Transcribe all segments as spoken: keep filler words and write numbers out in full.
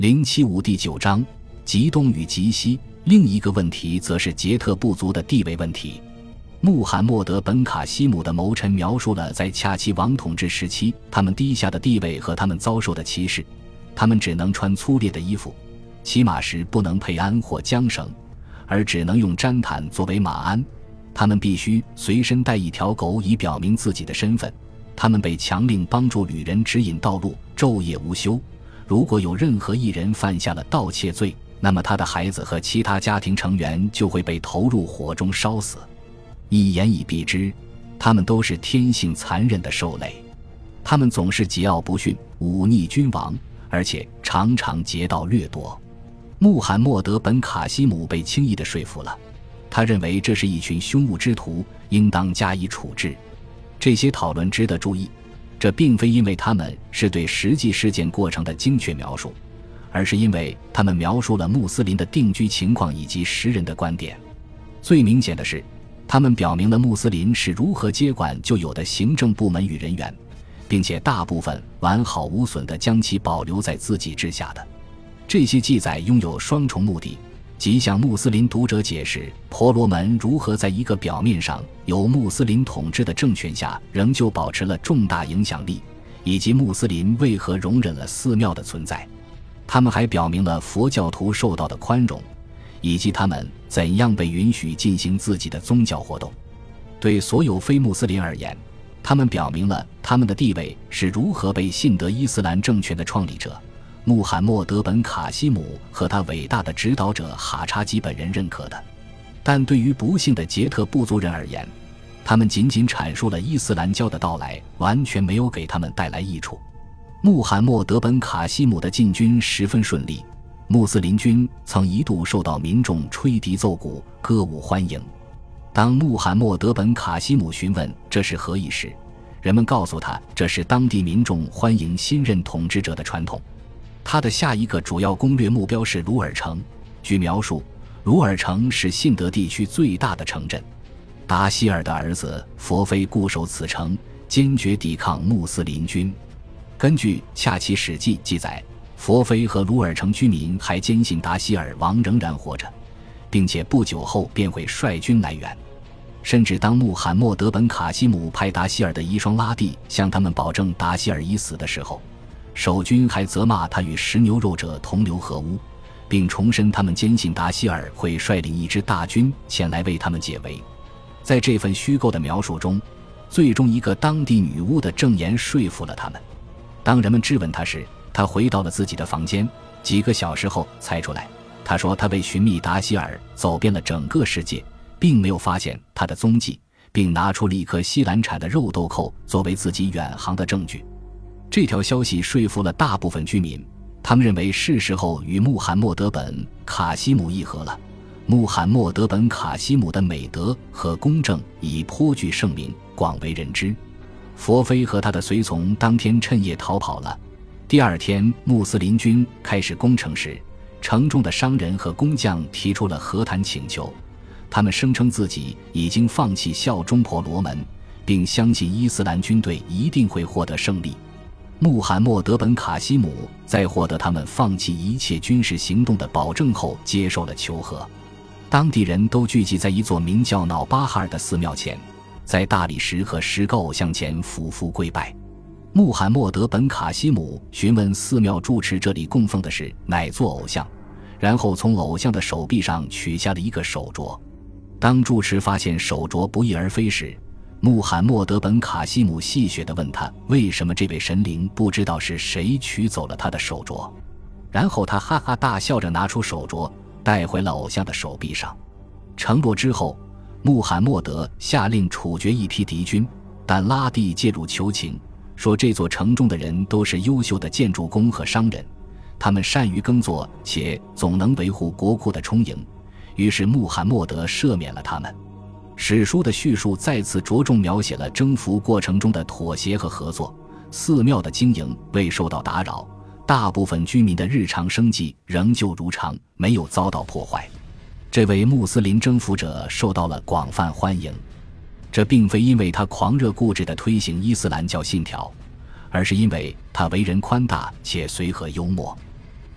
零七五第九章极东与极西。另一个问题则是捷特部族的地位问题。穆罕默德本卡西姆的谋臣描述了在恰奇王统治时期他们低下的地位和他们遭受的歧视。他们只能穿粗劣的衣服，骑马时不能配鞍或缰绳，而只能用毡毯作为马鞍。他们必须随身带一条狗以表明自己的身份。他们被强令帮助旅人指引道路，昼夜无休。如果有任何一人犯下了盗窃罪，那么他的孩子和其他家庭成员就会被投入火中烧死。一言以蔽之，他们都是天性残忍的兽类。他们总是桀骜不驯，忤逆君王，而且常常劫盗掠夺。穆罕默德本卡西姆被轻易地说服了，他认为这是一群凶恶之徒，应当加以处置。这些讨论值得注意，这并非因为他们是对实际事件过程的精确描述，而是因为他们描述了穆斯林的定居情况以及时人的观点。最明显的是，他们表明了穆斯林是如何接管旧有的行政部门与人员，并且大部分完好无损地将其保留在自己治下的。这些记载拥有双重目的，即向穆斯林读者解释婆罗门如何在一个表面上由穆斯林统治的政权下仍旧保持了重大影响力，以及穆斯林为何容忍了寺庙的存在。他们还表明了佛教徒受到的宽容，以及他们怎样被允许进行自己的宗教活动。对所有非穆斯林而言，他们表明了他们的地位是如何被信德伊斯兰政权的创立者穆罕默德本卡西姆和他伟大的指导者哈查吉本人认可的。但对于不幸的捷特部族人而言，他们仅仅阐述了伊斯兰教的到来，完全没有给他们带来益处。穆罕默德本卡西姆的进军十分顺利，穆斯林军曾一度受到民众吹笛奏鼓、歌舞欢迎。当穆罕默德本卡西姆询问这是何意时，人们告诉他这是当地民众欢迎新任统治者的传统。他的下一个主要攻略目标是鲁尔城。据描述，鲁尔城是信德地区最大的城镇。达希尔的儿子佛菲固守此城，坚决抵抗穆斯林军。根据《恰奇史记》记载，佛菲和鲁尔城居民还坚信达希尔王仍然活着，并且不久后便会率军来援。甚至当穆罕默德本卡西姆派达希尔的遗孀拉蒂向他们保证达希尔已死的时候，守军还责骂他与食牛肉者同流合污，并重申他们坚信达希尔会率领一支大军前来为他们解围。在这份虚构的描述中，最终一个当地女巫的证言说服了他们。当人们质问他时，他回到了自己的房间，几个小时后才出来。他说他为寻觅达希尔走遍了整个世界，并没有发现他的踪迹，并拿出了一颗西兰产的肉豆蔻作为自己远航的证据。这条消息说服了大部分居民，他们认为是时候与穆罕默德本卡西姆议和了。穆罕默德本卡西姆的美德和公正已颇具盛名，广为人知。佛菲和他的随从当天趁夜逃跑了。第二天穆斯林军开始攻城时，城中的商人和工匠提出了和谈请求。他们声称自己已经放弃效忠婆罗门，并相信伊斯兰军队一定会获得胜利。穆罕默德本卡西姆在获得他们放弃一切军事行动的保证后接受了求和。当地人都聚集在一座名叫瑙巴哈尔的寺庙前，在大理石和十个偶像前俯伏跪拜。穆罕默德本卡西姆询问寺庙住持这里供奉的是哪座偶像，然后从偶像的手臂上取下了一个手镯。当住持发现手镯不翼而飞时，穆罕默德本卡西姆戏谑地问他为什么这位神灵不知道是谁取走了他的手镯。然后他哈哈大笑着拿出手镯带回了偶像的手臂上。城落之后，穆罕默德下令处决一批敌军，但拉蒂介入求情，说这座城中的人都是优秀的建筑工和商人，他们善于耕作，且总能维护国库的充盈。于是穆罕默德赦免了他们。史书的叙述再次着重描写了征服过程中的妥协和合作，寺庙的经营未受到打扰，大部分居民的日常生计仍旧如常，没有遭到破坏。这位穆斯林征服者受到了广泛欢迎，这并非因为他狂热固执地推行伊斯兰教信条，而是因为他为人宽大且随和幽默。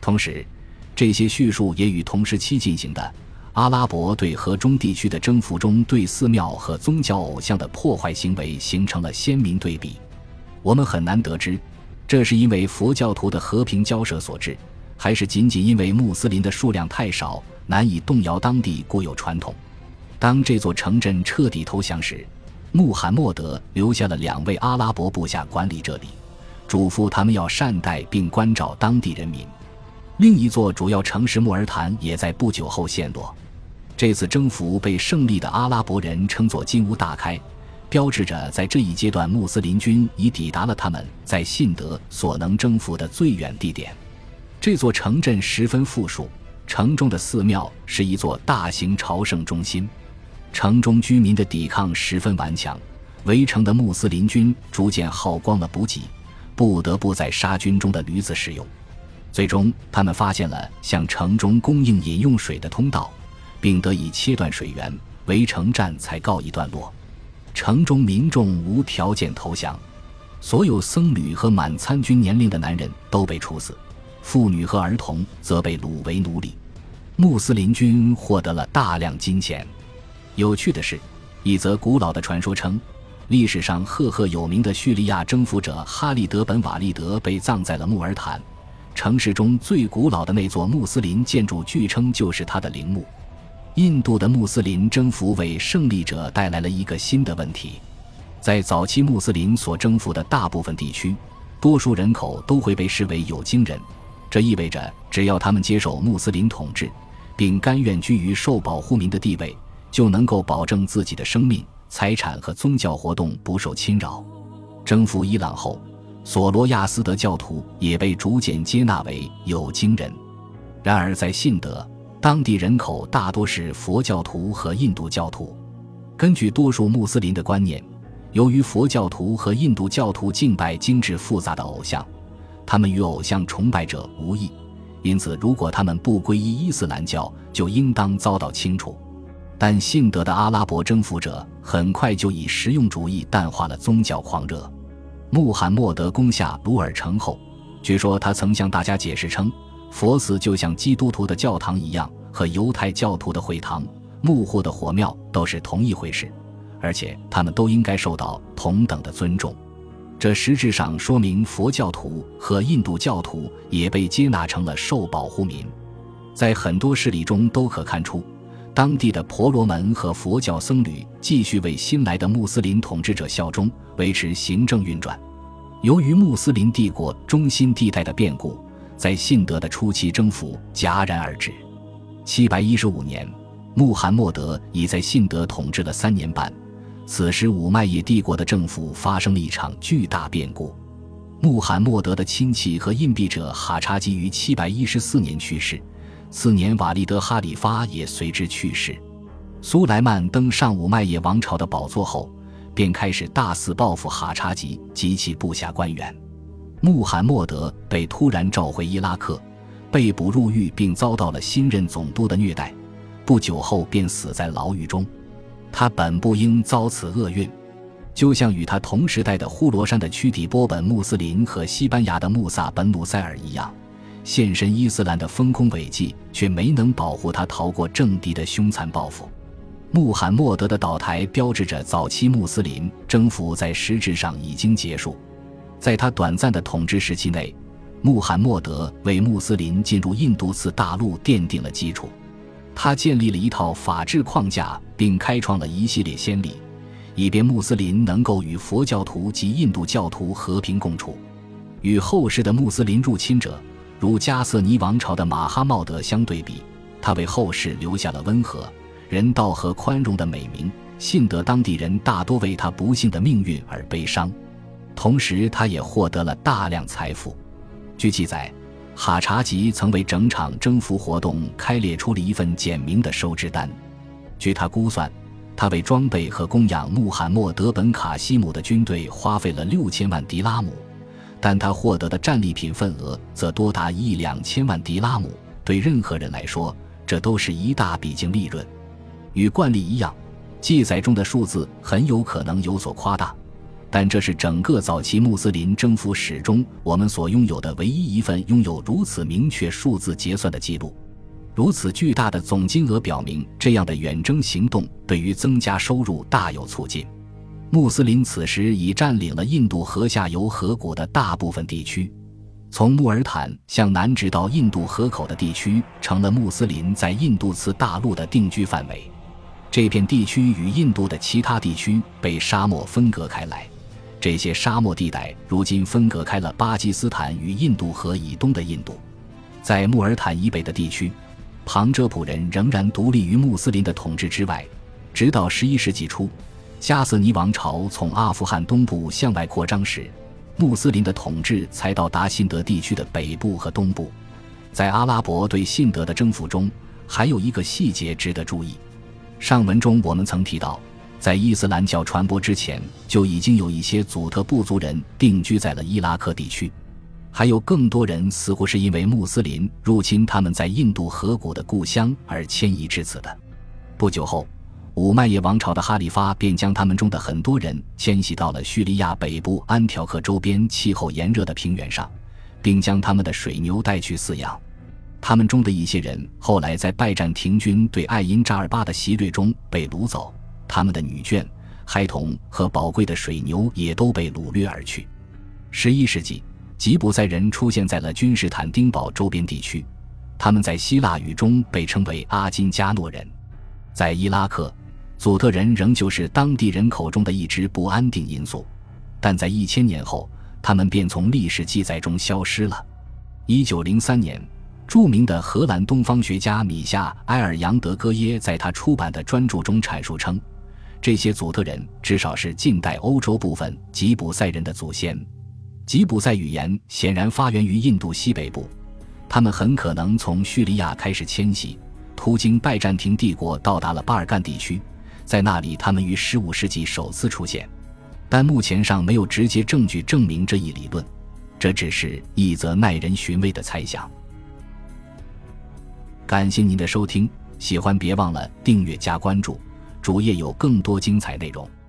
同时，这些叙述也与同时期进行的阿拉伯对河中地区的征服中对寺庙和宗教偶像的破坏行为形成了鲜明对比。我们很难得知，这是因为佛教徒的和平交涉所致，还是仅仅因为穆斯林的数量太少，难以动摇当地固有传统。当这座城镇彻底投降时，穆罕默德留下了两位阿拉伯部下管理这里，嘱咐他们要善待并关照当地人民。另一座主要城市穆尔坦也在不久后陷落。这次征服被胜利的阿拉伯人称作金屋大开，标志着在这一阶段穆斯林军已抵达了他们在信德所能征服的最远地点。这座城镇十分富庶，城中的寺庙是一座大型朝圣中心。城中居民的抵抗十分顽强，围城的穆斯林军逐渐耗光了补给，不得不在杀军中的驴子使用。最终他们发现了向城中供应饮用水的通道，并得以切断水源，围城战才告一段落。城中民众无条件投降，所有僧侣和满参军年龄的男人都被处死，妇女和儿童则被掳为奴隶。穆斯林军获得了大量金钱。有趣的是，一则古老的传说称，历史上赫赫有名的叙利亚征服者哈利德本瓦利德被葬在了穆尔坦，城市中最古老的那座穆斯林建筑据称就是他的陵墓。印度的穆斯林征服为胜利者带来了一个新的问题，在早期穆斯林所征服的大部分地区，多数人口都会被视为有经人，这意味着只要他们接受穆斯林统治，并甘愿居于受保护民的地位，就能够保证自己的生命、财产和宗教活动不受侵扰。征服伊朗后，索罗亚斯德教徒也被逐渐接纳为有经人。然而在信德，当地人口大多是佛教徒和印度教徒。根据多数穆斯林的观念，由于佛教徒和印度教徒敬拜精致复杂的偶像，他们与偶像崇拜者无异，因此如果他们不皈依伊斯兰教，就应当遭到清除。但信德的阿拉伯征服者很快就以实用主义淡化了宗教狂热。穆罕默德攻下鲁尔城后，据说他曾向大家解释称，佛寺就像基督徒的教堂一样，和犹太教徒的会堂、墓户的火庙都是同一回事，而且他们都应该受到同等的尊重。这实质上说明佛教徒和印度教徒也被接纳成了受保护民。在很多事例中都可看出，当地的婆罗门和佛教僧侣继续为新来的穆斯林统治者效忠，维持行政运转。由于穆斯林帝国中心地带的变故，在信德的初期征服戛然而止。七百一十五年，穆罕默德已在信德统治了三年半，此时五麦叶帝国的政府发生了一场巨大变故。穆罕默德的亲戚和印币者哈查吉于七百一十四年去世，次年瓦利德哈里发也随之去世。苏莱曼登上五麦叶王朝的宝座后，便开始大肆报复哈查吉及其部下官员。穆罕默德被突然召回伊拉克，被捕入狱，并遭到了新任总督的虐待，不久后便死在牢狱中。他本不应遭此厄运，就像与他同时代的呼罗珊的屈底波本穆斯林和西班牙的穆萨本努塞尔一样，献身伊斯兰的丰功伟绩却没能保护他逃过政敌的凶残报复。穆罕默德的倒台标志着早期穆斯林征服在实质上已经结束。在他短暂的统治时期内，穆罕默德为穆斯林进入印度次大陆奠定了基础。他建立了一套法治框架，并开创了一系列先例，以便穆斯林能够与佛教徒及印度教徒和平共处。与后世的穆斯林入侵者如加瑟尼王朝的马哈茂德相对比，他为后世留下了温和、人道和宽容的美名。信德当地人大多为他不幸的命运而悲伤，同时他也获得了大量财富。据记载，哈查吉曾为整场征服活动开列出了一份简明的收支单。据他估算，他为装备和供养穆罕默德本卡西姆的军队花费了六千万迪拉姆，但他获得的战利品份额则多达一亿两千万迪拉姆。对任何人来说，这都是一大笔净利润。与惯例一样，记载中的数字很有可能有所夸大。 但这是整个早期穆斯林征服史中我们所拥有的唯一一份拥有如此明确数字结算的记录。如此巨大的总金额表明，这样的远征行动对于增加收入大有促进。穆斯林此时已占领了印度河下游河谷的大部分地区，从穆尔坦向南直到印度河口的地区成了穆斯林在印度次大陆的定居范围。这片地区与印度的其他地区被沙漠分隔开来，这些沙漠地带如今分隔开了巴基斯坦与印度河以东的印度。在穆尔坦以北的地区，旁遮普人仍然独立于穆斯林的统治之外，直到十一世纪初，加瑟尼王朝从阿富汗东部向外扩张时，穆斯林的统治才到达信德地区的北部和东部。在阿拉伯对信德的征服中，还有一个细节值得注意。上文中我们曾提到，在伊斯兰教传播之前，就已经有一些祖特部族人定居在了伊拉克地区，还有更多人似乎是因为穆斯林入侵他们在印度河谷的故乡而迁移至此的。不久后，五麦叶王朝的哈里发便将他们中的很多人迁徙到了叙利亚北部安条克周边气候炎热的平原上，并将他们的水牛带去饲养。他们中的一些人后来在拜占庭军对艾因扎尔巴的袭掠中被掳走，他们的女眷、孩童和宝贵的水牛也都被掳掠而去。十一世纪，吉普赛人出现在了君士坦丁堡周边地区，他们在希腊语中被称为阿金加诺人。在伊拉克，祖特人仍旧是当地人口中的一支不安定因素，但在一千年后，他们便从历史记载中消失了。一九零三年，著名的荷兰东方学家米夏埃尔杨德戈耶在他出版的专著中阐述称，这些祖特人至少是近代欧洲部分吉普赛人的祖先。吉普赛语言显然发源于印度西北部，他们很可能从叙利亚开始迁徙，途经拜占庭帝国到达了巴尔干地区，在那里他们于十五世纪首次出现，但目前尚没有直接证据证明这一理论，这只是一则耐人寻味的猜想。感谢您的收听，喜欢别忘了订阅加关注，主页有更多精彩内容。